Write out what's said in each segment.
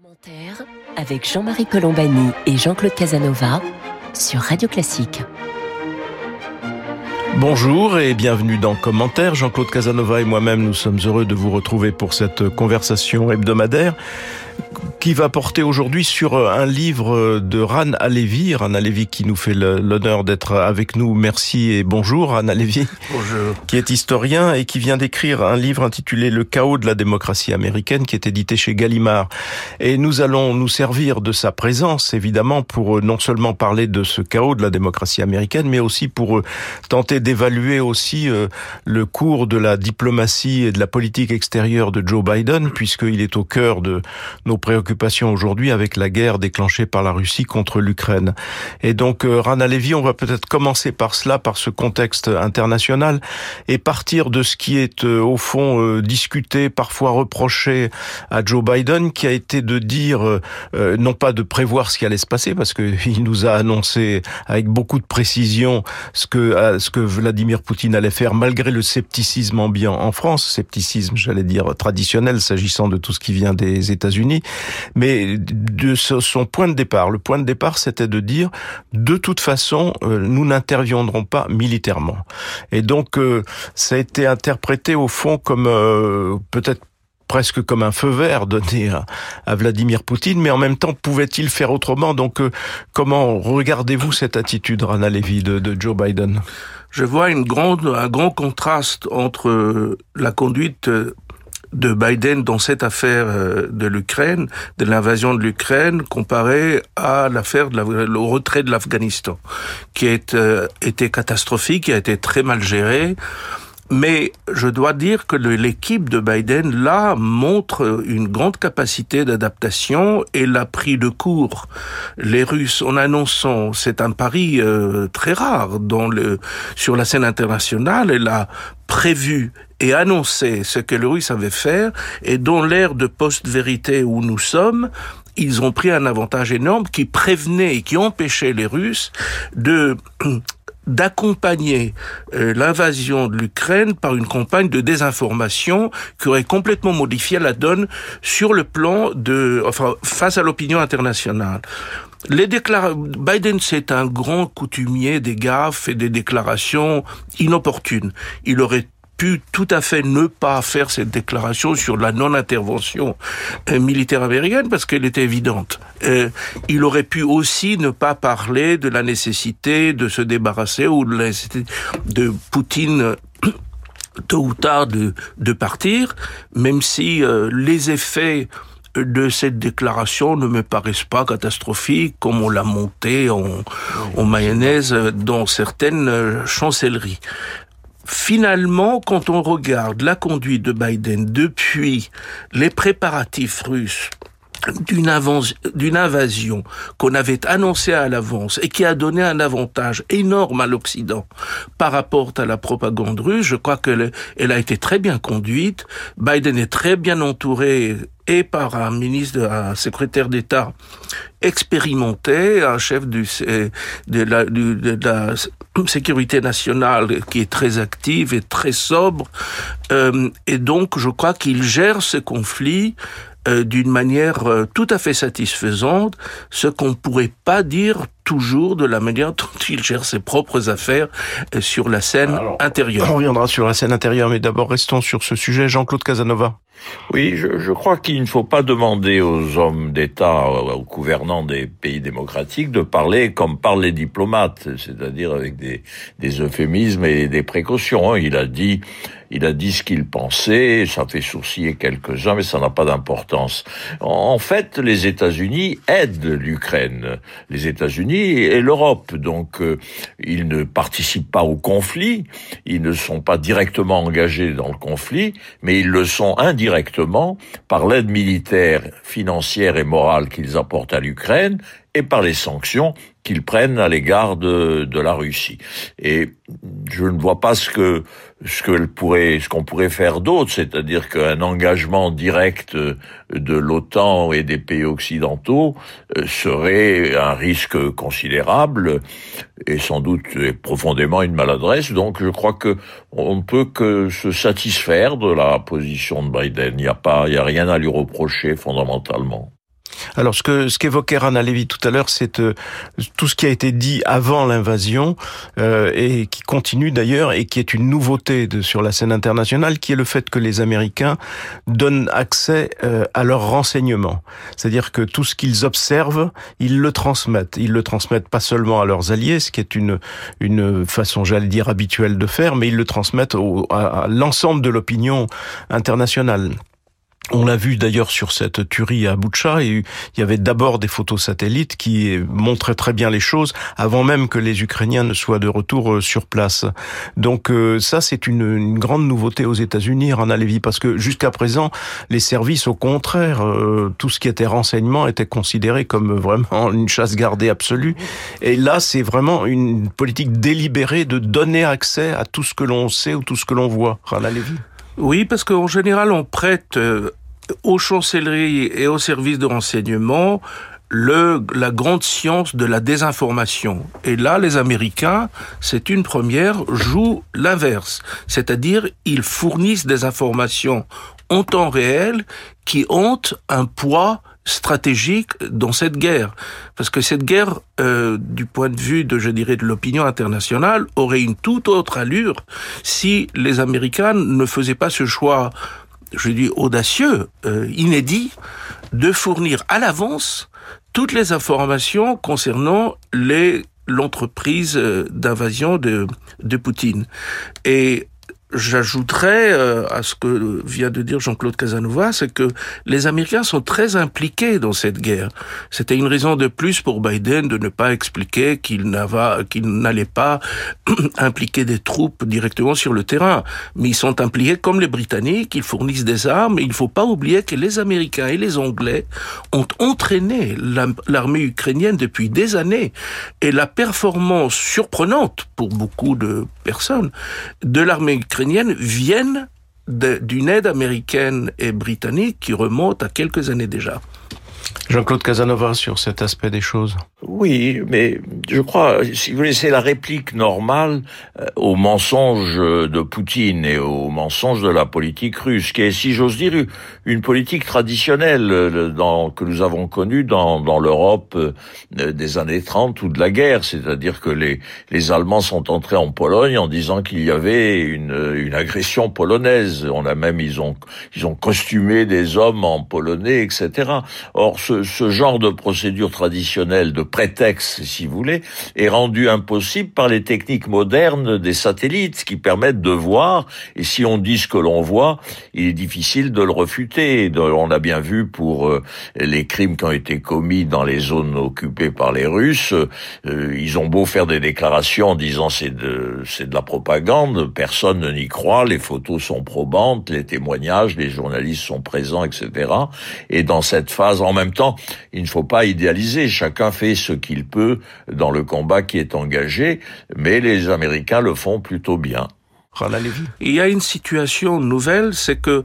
Commentaire avec Jean-Marie Colombani et Jean-Claude Casanova sur Radio Classique. Bonjour et bienvenue dans Commentaire. Jean-Claude Casanova et moi-même, nous sommes heureux de vous retrouver pour cette conversation hebdomadaire qui va porter aujourd'hui sur un livre de Ran Alevi. Ran Alevi qui nous fait l'honneur d'être avec nous. Merci et bonjour Ran Alevi. Bonjour. Qui est historien et qui vient d'écrire un livre intitulé Le chaos de la démocratie américaine qui est édité chez Gallimard. Et nous allons nous servir de sa présence évidemment pour non seulement parler de ce chaos de la démocratie américaine mais aussi pour tenter d'évaluer aussi le cours de la diplomatie et de la politique extérieure de Joe Biden puisqu'il est au cœur de nos préoccupations aujourd'hui avec la guerre déclenchée par la Russie contre l'Ukraine. Et donc, Ran Alevi, on va peut-être commencer par cela, par ce contexte international, et partir de ce qui est au fond discuté, parfois reproché à Joe Biden, qui a été de dire, non pas de prévoir ce qui allait se passer, parce qu'il nous a annoncé avec beaucoup de précision ce que Vladimir Poutine allait faire, malgré le scepticisme ambiant en France, scepticisme, j'allais dire, traditionnel, s'agissant de tout ce qui vient des États-Unis. Mais de son point de départ, le point de départ, c'était de dire, de toute façon, nous n'interviendrons pas militairement. Et donc, ça a été interprété au fond comme peut-être presque comme un feu vert donné à Vladimir Poutine, mais en même temps, pouvait-il faire autrement? Donc, comment regardez-vous cette attitude, Ran Alevi, de Joe Biden? Je vois un grand contraste entre la conduite de Biden dans cette affaire de l'Ukraine, de l'invasion de l'Ukraine, comparée à l'affaire le retrait de l'Afghanistan, qui a été catastrophique, qui a été très mal géré. Mais je dois dire que l'équipe de Biden, là, montre une grande capacité d'adaptation et l'a pris de court. Les Russes, en annonçant, c'est un pari très rare sur la scène internationale, elle a prévu et annoncé ce que les Russes avaient fait, et dans l'ère de post-vérité où nous sommes, ils ont pris un avantage énorme qui prévenait et qui empêchait les Russes d'accompagner l'invasion de l'Ukraine par une campagne de désinformation qui aurait complètement modifié la donne sur le plan face à l'opinion internationale. Biden, c'est un grand coutumier des gaffes et des déclarations inopportunes. Il aurait pu tout à fait ne pas faire cette déclaration sur la non-intervention militaire américaine parce qu'elle était évidente. Il aurait pu aussi ne pas parler de la nécessité de se débarrasser ou de la nécessité de Poutine tôt ou tard de partir, même si les effets de cette déclaration ne me paraissent pas catastrophiques comme on l'a monté en mayonnaise dans certaines chancelleries. Finalement, quand on regarde la conduite de Biden depuis les préparatifs russes d'une invasion qu'on avait annoncée à l'avance et qui a donné un avantage énorme à l'Occident par rapport à la propagande russe, je crois qu'elle a été très bien conduite. Biden est très bien entouré et par un secrétaire d'État expérimenté, un chef de la sécurité nationale qui est très active et très sobre. Et donc, je crois qu'il gère ce conflit d'une manière tout à fait satisfaisante, ce qu'on ne pourrait pas dire toujours de la manière dont il gère ses propres affaires sur la scène intérieure. On reviendra sur la scène intérieure, mais d'abord restons sur ce sujet. Jean-Claude Casanova. Oui, je crois qu'il ne faut pas demander aux hommes d'État, aux gouvernants des pays démocratiques de parler comme parlent les diplomates, c'est-à-dire avec des euphémismes et des précautions. Il a dit ce qu'il pensait, ça fait sourciller quelques-uns, mais ça n'a pas d'importance. En fait, les États-Unis aident l'Ukraine, les États-Unis et l'Europe, donc ils ne participent pas au conflit, ils ne sont pas directement engagés dans le conflit, mais ils le sont indirectement par l'aide militaire, financière et morale qu'ils apportent à l'Ukraine et par les sanctions qu'ils prennent à l'égard de la Russie. Et je ne vois pas ce qu'on pourrait faire d'autre, c'est-à-dire qu'un engagement direct de l'OTAN et des pays occidentaux serait un risque considérable et sans doute profondément une maladresse. Donc je crois que on ne peut que se satisfaire de la position de Biden. Il y a rien à lui reprocher fondamentalement. Alors ce qu'évoquait Rana Levy tout à l'heure, c'est tout ce qui a été dit avant l'invasion et qui continue d'ailleurs et qui est une nouveauté sur la scène internationale, qui est le fait que les Américains donnent accès à leurs renseignements. C'est-à-dire que tout ce qu'ils observent, ils le transmettent. Ils le transmettent pas seulement à leurs alliés, ce qui est une façon, j'allais dire, habituelle de faire, mais ils le transmettent à l'ensemble de l'opinion internationale. On l'a vu d'ailleurs sur cette tuerie à Boutcha, et il y avait d'abord des photos satellites qui montraient très bien les choses avant même que les Ukrainiens ne soient de retour sur place. Donc ça, c'est une grande nouveauté aux États-Unis, Rana Levy, parce que jusqu'à présent, les services, au contraire, tout ce qui était renseignement était considéré comme vraiment une chasse gardée absolue. Et là, c'est vraiment une politique délibérée de donner accès à tout ce que l'on sait ou tout ce que l'on voit. Rana Levy. Oui, parce qu'en général, on prête aux chancelleries et aux services de renseignement la grande science de la désinformation. Et là, les Américains, c'est une première, jouent l'inverse. C'est-à-dire, ils fournissent des informations en temps réel qui ont un poids stratégique dans cette guerre. Parce que cette guerre, du point de vue de l'opinion internationale, aurait une toute autre allure si les Américains ne faisaient pas ce choix, audacieux, inédit, de fournir à l'avance toutes les informations concernant l'entreprise d'invasion de Poutine. Et j'ajouterais à ce que vient de dire Jean-Claude Casanova, c'est que les Américains sont très impliqués dans cette guerre. C'était une raison de plus pour Biden de ne pas expliquer qu'il n'allait pas impliquer des troupes directement sur le terrain. Mais ils sont impliqués comme les Britanniques, ils fournissent des armes, et il ne faut pas oublier que les Américains et les Anglais ont entraîné l'armée ukrainienne depuis des années. Et la performance surprenante pour beaucoup de personnes de l'armée ukrainienne viennent d'une aide américaine et britannique qui remonte à quelques années déjà. Jean-Claude Casanova, sur cet aspect des choses. Oui, mais je crois, si vous voulez, c'est la réplique normale au mensonge de Poutine et au mensonge de la politique russe, qui est, si j'ose dire, une politique traditionnelle que nous avons connue dans l'Europe des années 30 ou de la guerre. C'est-à-dire que les Allemands sont entrés en Pologne en disant qu'il y avait une agression polonaise. Ils ont costumé des hommes en polonais, etc. Or, ce genre de procédure traditionnelle, de prétexte, si vous voulez, est rendu impossible par les techniques modernes des satellites qui permettent de voir, et si on dit ce que l'on voit, il est difficile de le refuter. On l'a bien vu pour les crimes qui ont été commis dans les zones occupées par les Russes. Ils ont beau faire des déclarations en disant c'est de la propagande, personne ne n'y croit, les photos sont probantes, les témoignages, les journalistes sont présents, etc. Et dans cette phase, en même temps, il ne faut pas idéaliser, chacun fait ce qu'il peut dans le combat qui est engagé, mais les Américains le font plutôt bien. Il y a une situation nouvelle, c'est que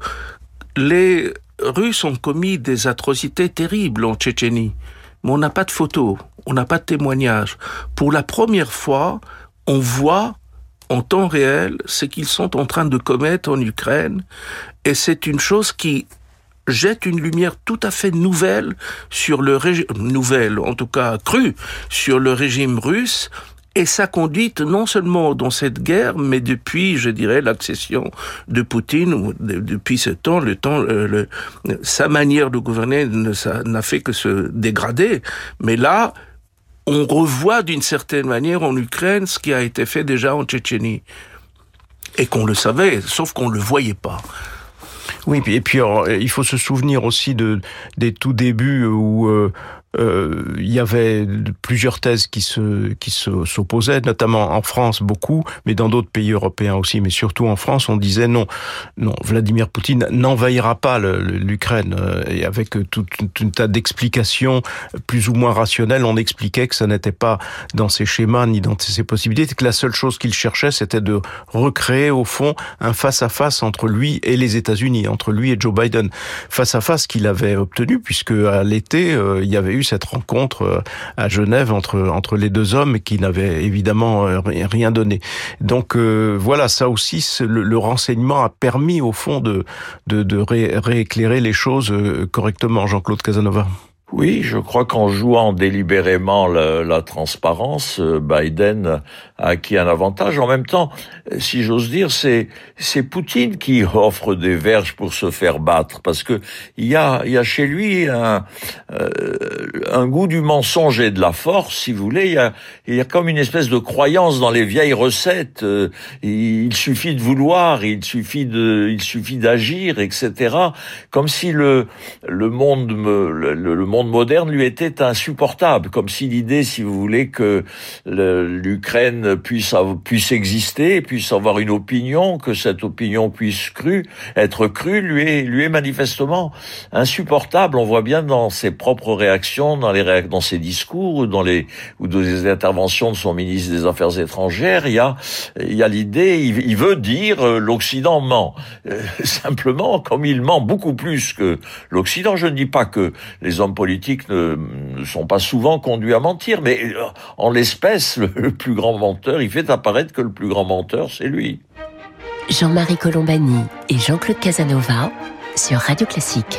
les Russes ont commis des atrocités terribles en Tchétchénie, mais on n'a pas de photos, on n'a pas de témoignages. Pour la première fois, on voit en temps réel ce qu'ils sont en train de commettre en Ukraine, et c'est une chose qui jette une lumière tout à fait nouvelle sur le nouvelle, en tout cas crue, sur le régime russe et sa conduite non seulement dans cette guerre, mais depuis, l'accession de Poutine, depuis ce temps, sa manière de gouverner n'a fait que se dégrader. Mais là, on revoit d'une certaine manière en Ukraine ce qui a été fait déjà en Tchétchénie. Et qu'on le savait, sauf qu'on le voyait pas. Oui, et puis il faut se souvenir aussi des tout débuts où il y avait plusieurs thèses qui s'opposaient, notamment en France beaucoup, mais dans d'autres pays européens aussi, mais surtout en France, on disait non, Vladimir Poutine n'envahira pas l'Ukraine. Et avec tout un tas d'explications plus ou moins rationnelles, on expliquait que ça n'était pas dans ses schémas ni dans ses possibilités, que la seule chose qu'il cherchait, c'était de recréer au fond un face-à-face entre lui et les États-Unis, entre lui et Joe Biden. Face-à-face qu'il avait obtenu, puisque à l'été, il y avait eu cette rencontre à Genève entre les deux hommes qui n'avait évidemment rien donné. Donc voilà, ça aussi, le renseignement a permis au fond de rééclairer les choses correctement, Jean-Claude Casanova. Oui, je crois qu'en jouant délibérément la transparence, Biden a acquis un avantage. En même temps, si j'ose dire, c'est Poutine qui offre des verges pour se faire battre, parce que il y a chez lui un goût du mensonge et de la force, si vous voulez. Il y a comme une espèce de croyance dans les vieilles recettes. Il suffit de vouloir, il suffit d'agir, etc. Comme si le monde moderne lui était insupportable, comme si l'idée, si vous voulez, que l'Ukraine puisse exister, puisse avoir une opinion, que cette opinion puisse être crue, lui est manifestement insupportable. On voit bien dans ses propres réactions, dans ses discours ou dans les interventions de son ministre des Affaires étrangères, il y a l'idée, il veut dire l'Occident ment. Simplement, comme il ment beaucoup plus que l'Occident, je ne dis pas que les hommes politiques ne sont pas souvent conduits à mentir, mais en l'espèce, le plus grand menteur, il fait apparaître que le plus grand menteur, c'est lui. Jean-Marie Colombani et Jean-Claude Casanova sur Radio Classique.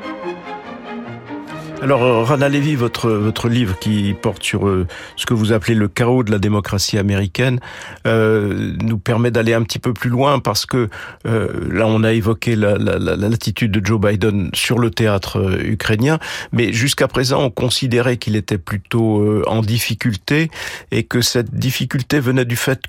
Alors, Rana Lévy, votre livre qui porte sur ce que vous appelez le chaos de la démocratie américaine, nous permet d'aller un petit peu plus loin parce que là, on a évoqué l'attitude de Joe Biden sur le théâtre ukrainien, mais jusqu'à présent, on considérait qu'il était plutôt en difficulté et que cette difficulté venait du fait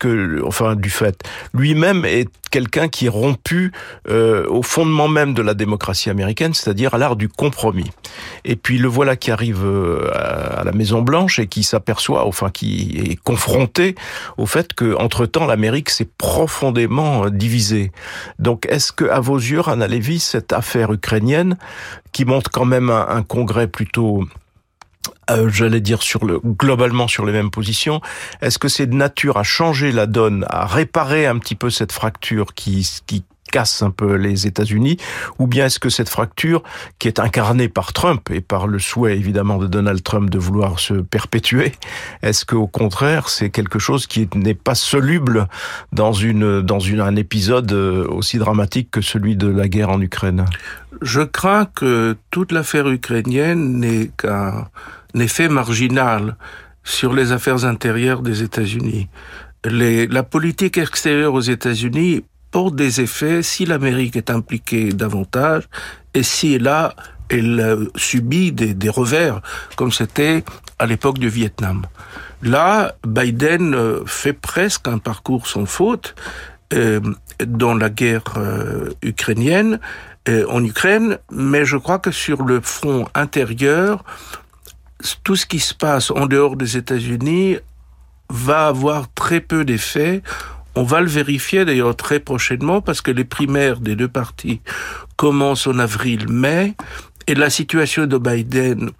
lui-même est quelqu'un qui est rompu au fondement même de la démocratie américaine, c'est-à-dire à l'art du compromis. Et puis le voilà qui arrive à la Maison-Blanche et qui s'aperçoit, qui est confronté au fait que, entre-temps, l'Amérique s'est profondément divisée. Donc, est-ce que, à vos yeux, Rana Lévy, cette affaire ukrainienne, qui montre quand même un congrès plutôt j'allais dire globalement sur les mêmes positions, est-ce que c'est de nature à changer la donne, à réparer un petit peu cette fracture qui casse un peu les États-Unis, ou bien est-ce que cette fracture, qui est incarnée par Trump et par le souhait évidemment de Donald Trump de vouloir se perpétuer, est-ce qu'au contraire c'est quelque chose qui n'est pas soluble dans un épisode aussi dramatique que celui de la guerre en Ukraine? Je crains que toute l'affaire ukrainienne n'est qu'un effet marginal sur les affaires intérieures des États-Unis. La politique extérieure aux États-Unis porte des effets si l'Amérique est impliquée davantage et si là, elle subit des revers, comme c'était à l'époque du Vietnam. Là, Biden fait presque un parcours sans faute dans la guerre ukrainienne, en Ukraine, mais je crois que sur le front intérieur, tout ce qui se passe en dehors des États-Unis va avoir très peu d'effet. On va le vérifier d'ailleurs très prochainement parce que les primaires des deux partis commencent en avril-mai et la situation de Biden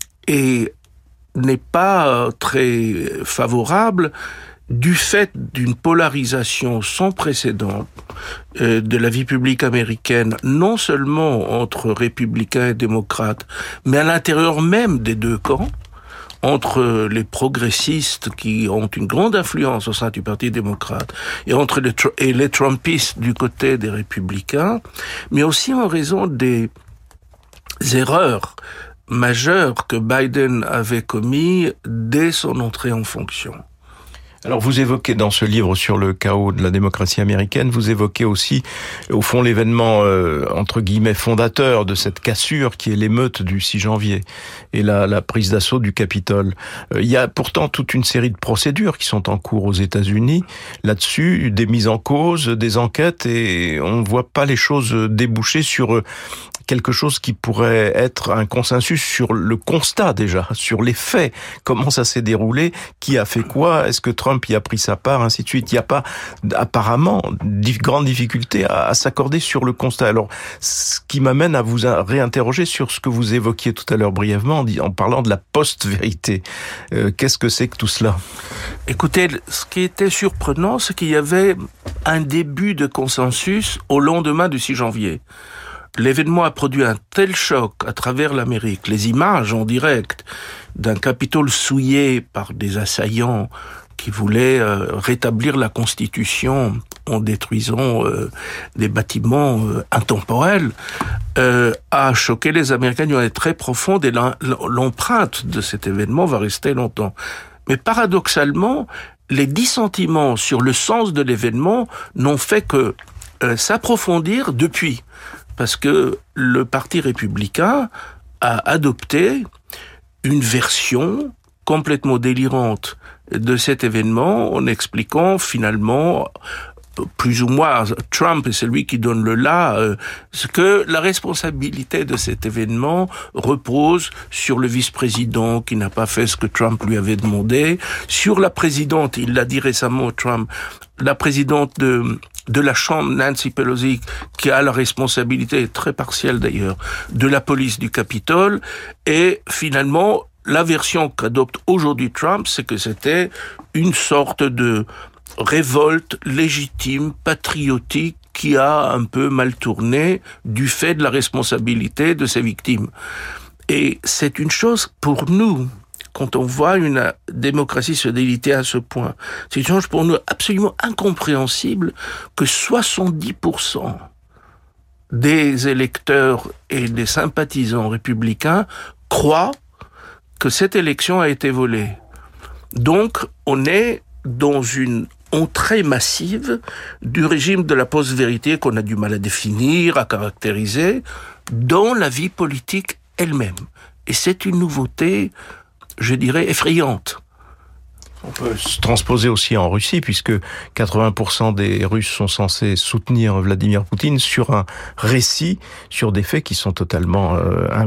n'est pas très favorable du fait d'une polarisation sans précédent de la vie publique américaine, non seulement entre républicains et démocrates, mais à l'intérieur même des deux camps, entre les progressistes qui ont une grande influence au sein du Parti démocrate et les Trumpistes du côté des républicains, mais aussi en raison des erreurs majeures que Biden avait commises dès son entrée en fonction. Alors vous évoquez dans ce livre sur le chaos de la démocratie américaine, vous évoquez aussi au fond l'événement entre guillemets fondateur de cette cassure qui est l'émeute du 6 janvier et la prise d'assaut du Capitole. Il y a pourtant toute une série de procédures qui sont en cours aux États-Unis là-dessus, des mises en cause, des enquêtes et on ne voit pas les choses déboucher sur quelque chose qui pourrait être un consensus sur le constat déjà, sur les faits, comment ça s'est déroulé, qui a fait quoi, est-ce que Trump y a pris sa part, ainsi de suite. Il n'y a pas apparemment grande difficulté à s'accorder sur le constat. Alors, ce qui m'amène à vous réinterroger sur ce que vous évoquiez tout à l'heure brièvement en parlant de la post-vérité. Qu'est-ce que c'est que tout cela ? Écoutez, ce qui était surprenant, c'est qu'il y avait un début de consensus au lendemain du 6 janvier. L'événement a produit un tel choc à travers l'Amérique, les images en direct d'un Capitole souillé par des assaillants qui voulaient rétablir la Constitution en détruisant des bâtiments intemporels, a choqué les Américains d'une manière très profonde, et l'empreinte de cet événement va rester longtemps. Mais paradoxalement, les dissentiments sur le sens de l'événement n'ont fait que s'approfondir depuis, parce que le Parti républicain a adopté une version complètement délirante de cet événement en expliquant finalement plus ou moins, Trump est celui qui donne le là, que la responsabilité de cet événement repose sur le vice-président qui n'a pas fait ce que Trump lui avait demandé, sur la présidente, il l'a dit récemment, Trump, la présidente de la Chambre, Nancy Pelosi, qui a la responsabilité, très partielle d'ailleurs, de la police du Capitole, et finalement, la version qu'adopte aujourd'hui Trump, c'est que c'était une sorte de révolte légitime, patriotique, qui a un peu mal tourné du fait de la responsabilité de ses victimes. Et c'est une chose pour nous, quand on voit une démocratie se déliter à ce point, c'est une chose pour nous absolument incompréhensible que 70% des électeurs et des sympathisants républicains croient que cette élection a été volée. Donc, on est dans une entrée massive du régime de la post-vérité qu'on a du mal à définir, à caractériser, dans la vie politique elle-même. Et c'est une nouveauté, je dirais, effrayante. On peut se transposer aussi en Russie, puisque 80% des Russes sont censés soutenir Vladimir Poutine sur un récit, sur des faits qui sont totalement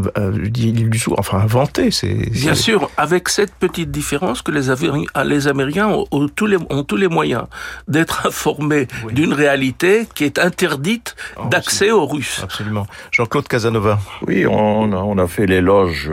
inventés. Bien sûr, avec cette petite différence que les Américains ont tous les moyens d'être informés d'une réalité qui est interdite d'accès aux Russes. Absolument. Jean-Claude Casanova. Oui, on a fait l'éloge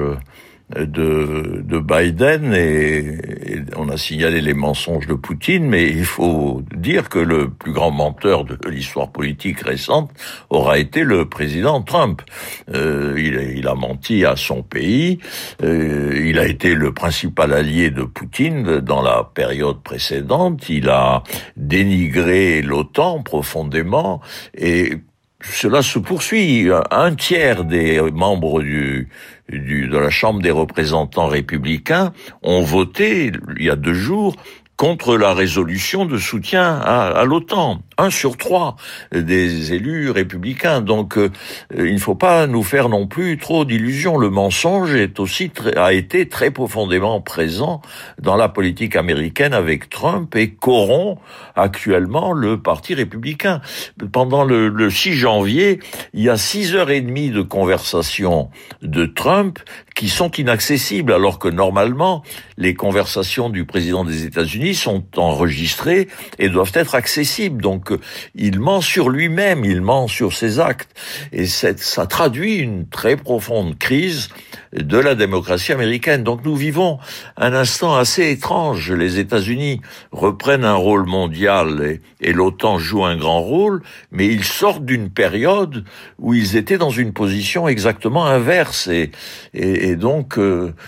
de Biden et on a signalé les mensonges de Poutine, mais il faut dire que le plus grand menteur de l'histoire politique récente aura été le président Trump. Il a menti à son pays, il a été le principal allié de Poutine dans la période précédente, il a dénigré l'OTAN profondément et cela se poursuit. Un tiers des membres de la Chambre des représentants républicains ont voté, il y a 2 jours, contre la résolution de soutien à l'OTAN. 1 sur 3 des élus républicains. Donc, il ne faut pas nous faire non plus trop d'illusions. Le mensonge a été très profondément présent dans la politique américaine avec Trump et corrompt actuellement le Parti républicain. Pendant le 6 janvier, il y a 6h30 de conversation de Trump qui sont inaccessibles, alors que normalement, les conversations du président des États-Unis sont enregistrées et doivent être accessibles. Donc, il ment sur lui-même, il ment sur ses actes. Et ça traduit une très profonde crise de la démocratie américaine. Donc nous vivons un instant assez étrange. Les États-Unis reprennent un rôle mondial et l'OTAN joue un grand rôle, mais ils sortent d'une période où ils étaient dans une position exactement inverse. Et donc...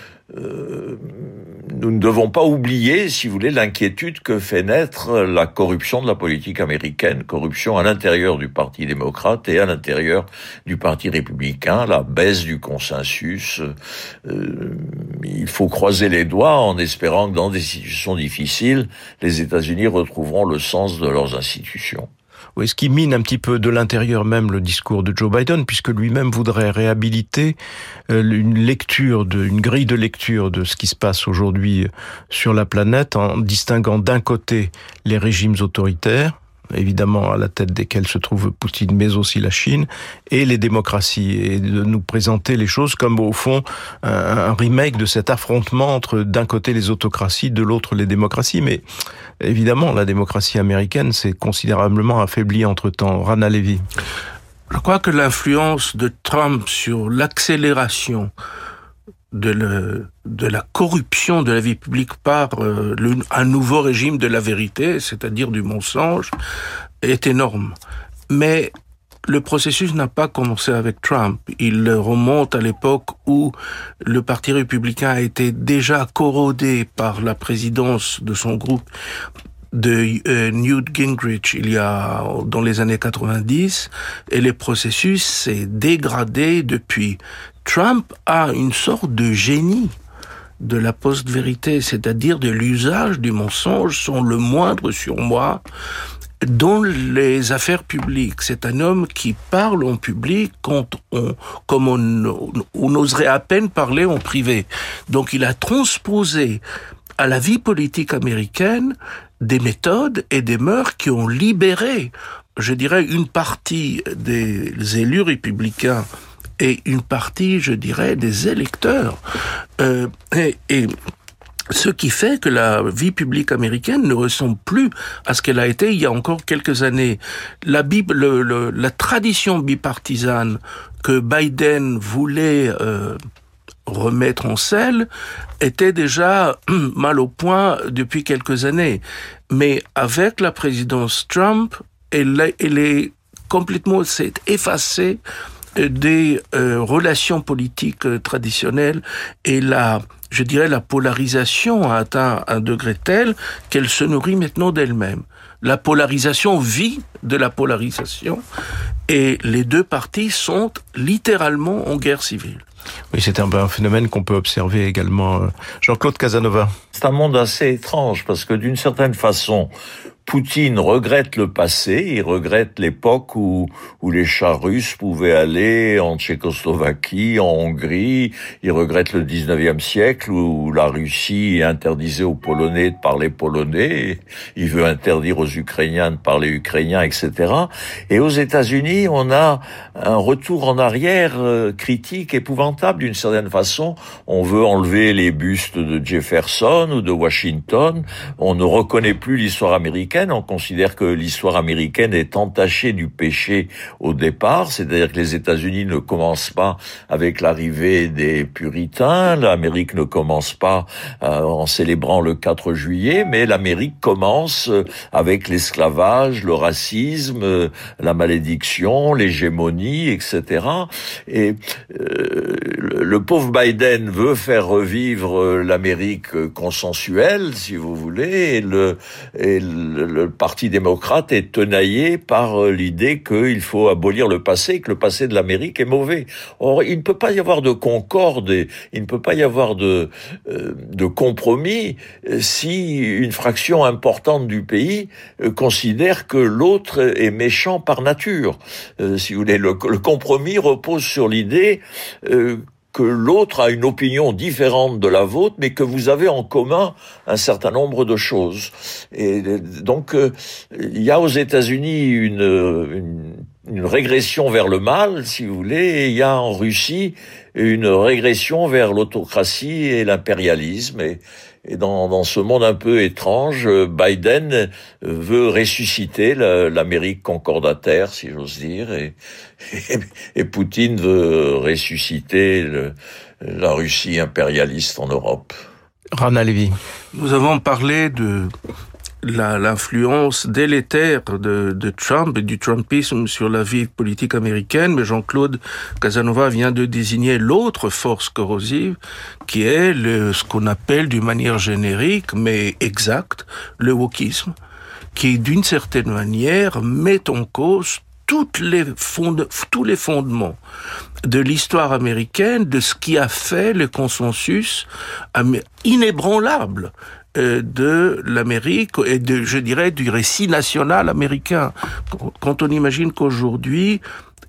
nous ne devons pas oublier, si vous voulez, l'inquiétude que fait naître la corruption de la politique américaine. Corruption à l'intérieur du Parti démocrate et à l'intérieur du Parti républicain, la baisse du consensus. Il faut croiser les doigts en espérant que dans des situations difficiles, les États-Unis retrouveront le sens de leurs institutions. Oui, ce qui mine un petit peu de l'intérieur même le discours de Joe Biden, puisque lui-même voudrait réhabiliter une grille de lecture de ce qui se passe aujourd'hui sur la planète, en distinguant d'un côté les régimes autoritaires, évidemment à la tête desquels se trouve Poutine, mais aussi la Chine, et les démocraties, et de nous présenter les choses comme au fond un remake de cet affrontement entre d'un côté les autocraties, de l'autre les démocraties. Mais évidemment, la démocratie américaine s'est considérablement affaiblie entre-temps. Rana Levy. Je crois que l'influence de Trump sur l'accélération de la corruption de la vie publique par un nouveau régime de la vérité, c'est-à-dire du mensonge, est énorme. Mais le processus n'a pas commencé avec Trump. Il remonte à l'époque où le Parti républicain a été déjà corrodé par la présidence de son groupe de Newt Gingrich dans les années 90, et le processus s'est dégradé depuis. Trump a une sorte de génie de la post-vérité, c'est-à-dire de l'usage du mensonge sans le moindre surmoi dans les affaires publiques. C'est un homme qui parle en public comme on oserait à peine parler en privé. Donc il a transposé à la vie politique américaine des méthodes et des mœurs qui ont libéré, je dirais, une partie des élus républicains et une partie, je dirais, des électeurs. Et ce qui fait que la vie publique américaine ne ressemble plus à ce qu'elle a été il y a encore quelques années. La tradition bipartisane que Biden voulait remettre en selle était déjà mal au point depuis quelques années. Mais avec la présidence Trump, elle est complètement s'est effacée des relations politiques traditionnelles, et la polarisation a atteint un degré tel qu'elle se nourrit maintenant d'elle-même. La polarisation vit de la polarisation, et les deux partis sont littéralement en guerre civile. Oui, c'est un phénomène qu'on peut observer également. Jean-Claude Casanova. C'est un monde assez étrange parce que d'une certaine façon, Poutine regrette le passé, il regrette l'époque où les chars russes pouvaient aller en Tchécoslovaquie, en Hongrie, il regrette le 19e siècle où la Russie interdisait aux Polonais de parler polonais, il veut interdire aux Ukrainiens de parler ukrainien, etc. Et aux États-Unis, on a un retour en arrière critique, épouvantable d'une certaine façon. On veut enlever les bustes de Jefferson ou de Washington, on ne reconnaît plus l'histoire américaine. On considère que l'histoire américaine est entachée du péché au départ, c'est-à-dire que les États-Unis ne commencent pas avec l'arrivée des puritains, l'Amérique ne commence pas en célébrant le 4 juillet, mais l'Amérique commence avec l'esclavage, le racisme, la malédiction, l'hégémonie, etc. Et le pauvre Biden veut faire revivre l'Amérique consensuelle, si vous voulez, et le Parti démocrate est tenaillé par l'idée qu'il faut abolir le passé, que le passé de l'Amérique est mauvais. Or, il ne peut pas y avoir de concorde, il ne peut pas y avoir de compromis si une fraction importante du pays considère que l'autre est méchant par nature. Si vous voulez, le compromis repose sur l'idée que l'autre a une opinion différente de la vôtre, mais que vous avez en commun un certain nombre de choses. Et donc, il y a aux États-Unis une régression vers le mal, si vous voulez, et il y a en Russie une régression vers l'autocratie et l'impérialisme. Et dans ce monde un peu étrange, Biden veut ressusciter l'Amérique concordataire, si j'ose dire, et Poutine veut ressusciter la Russie impérialiste en Europe. Rana Levy. Nous avons parlé de l'influence délétère de Trump et du Trumpisme sur la vie politique américaine, mais Jean-Claude Casanova vient de désigner l'autre force corrosive, qui est ce qu'on appelle d'une manière générique, mais exacte, le wokisme, qui d'une certaine manière met en cause tous les fondements de l'histoire américaine, de ce qui a fait le consensus inébranlable de l'Amérique et je dirais, du récit national américain. Quand on imagine qu'aujourd'hui,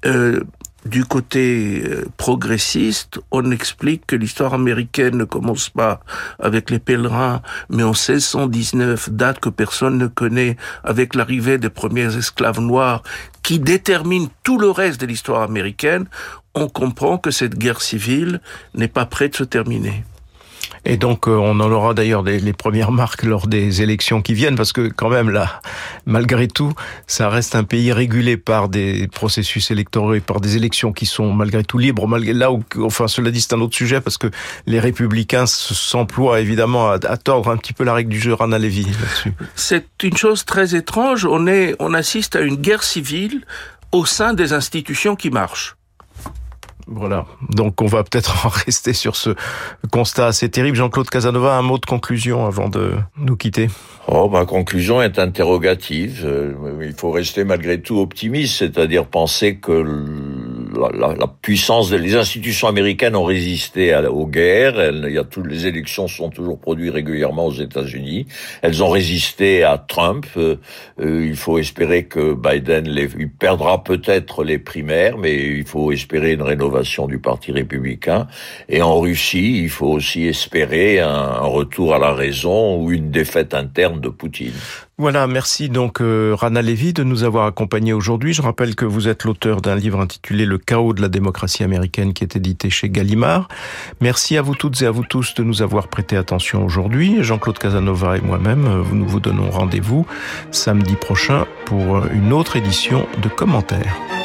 du côté progressiste, on explique que l'histoire américaine ne commence pas avec les pèlerins, mais en 1619, date que personne ne connaît, avec l'arrivée des premiers esclaves noirs, qui détermine tout le reste de l'histoire américaine, on comprend que cette guerre civile n'est pas prête de se terminer. Et donc, on en aura d'ailleurs les premières marques lors des élections qui viennent, parce que quand même, là, malgré tout, ça reste un pays régulé par des processus électoraux et par des élections qui sont malgré tout libres. Cela dit, c'est un autre sujet, parce que les républicains s'emploient évidemment à tordre un petit peu la règle du jeu. Rana Levy, là-dessus. C'est une chose très étrange. On assiste à une guerre civile au sein des institutions qui marchent. Voilà, donc on va peut-être en rester sur ce constat assez terrible. Jean-Claude Casanova, un mot de conclusion avant de nous quitter. Ma conclusion est interrogative. Il faut rester malgré tout optimiste, c'est-à-dire penser que la puissance les institutions américaines ont résisté aux guerres. Les élections sont toujours produites régulièrement aux États-Unis. Elles ont résisté à Trump. Il faut espérer que Biden il perdra peut-être les primaires, mais il faut espérer une rénovation du Parti républicain. Et en Russie, il faut aussi espérer un retour à la raison ou une défaite interne de Poutine. Voilà, merci donc Rana Levy de nous avoir accompagnés aujourd'hui. Je rappelle que vous êtes l'auteur d'un livre intitulé Le chaos de la démocratie américaine qui est édité chez Gallimard. Merci à vous toutes et à vous tous de nous avoir prêté attention aujourd'hui. Jean-Claude Casanova et moi-même, nous vous donnons rendez-vous samedi prochain pour une autre édition de Commentaires.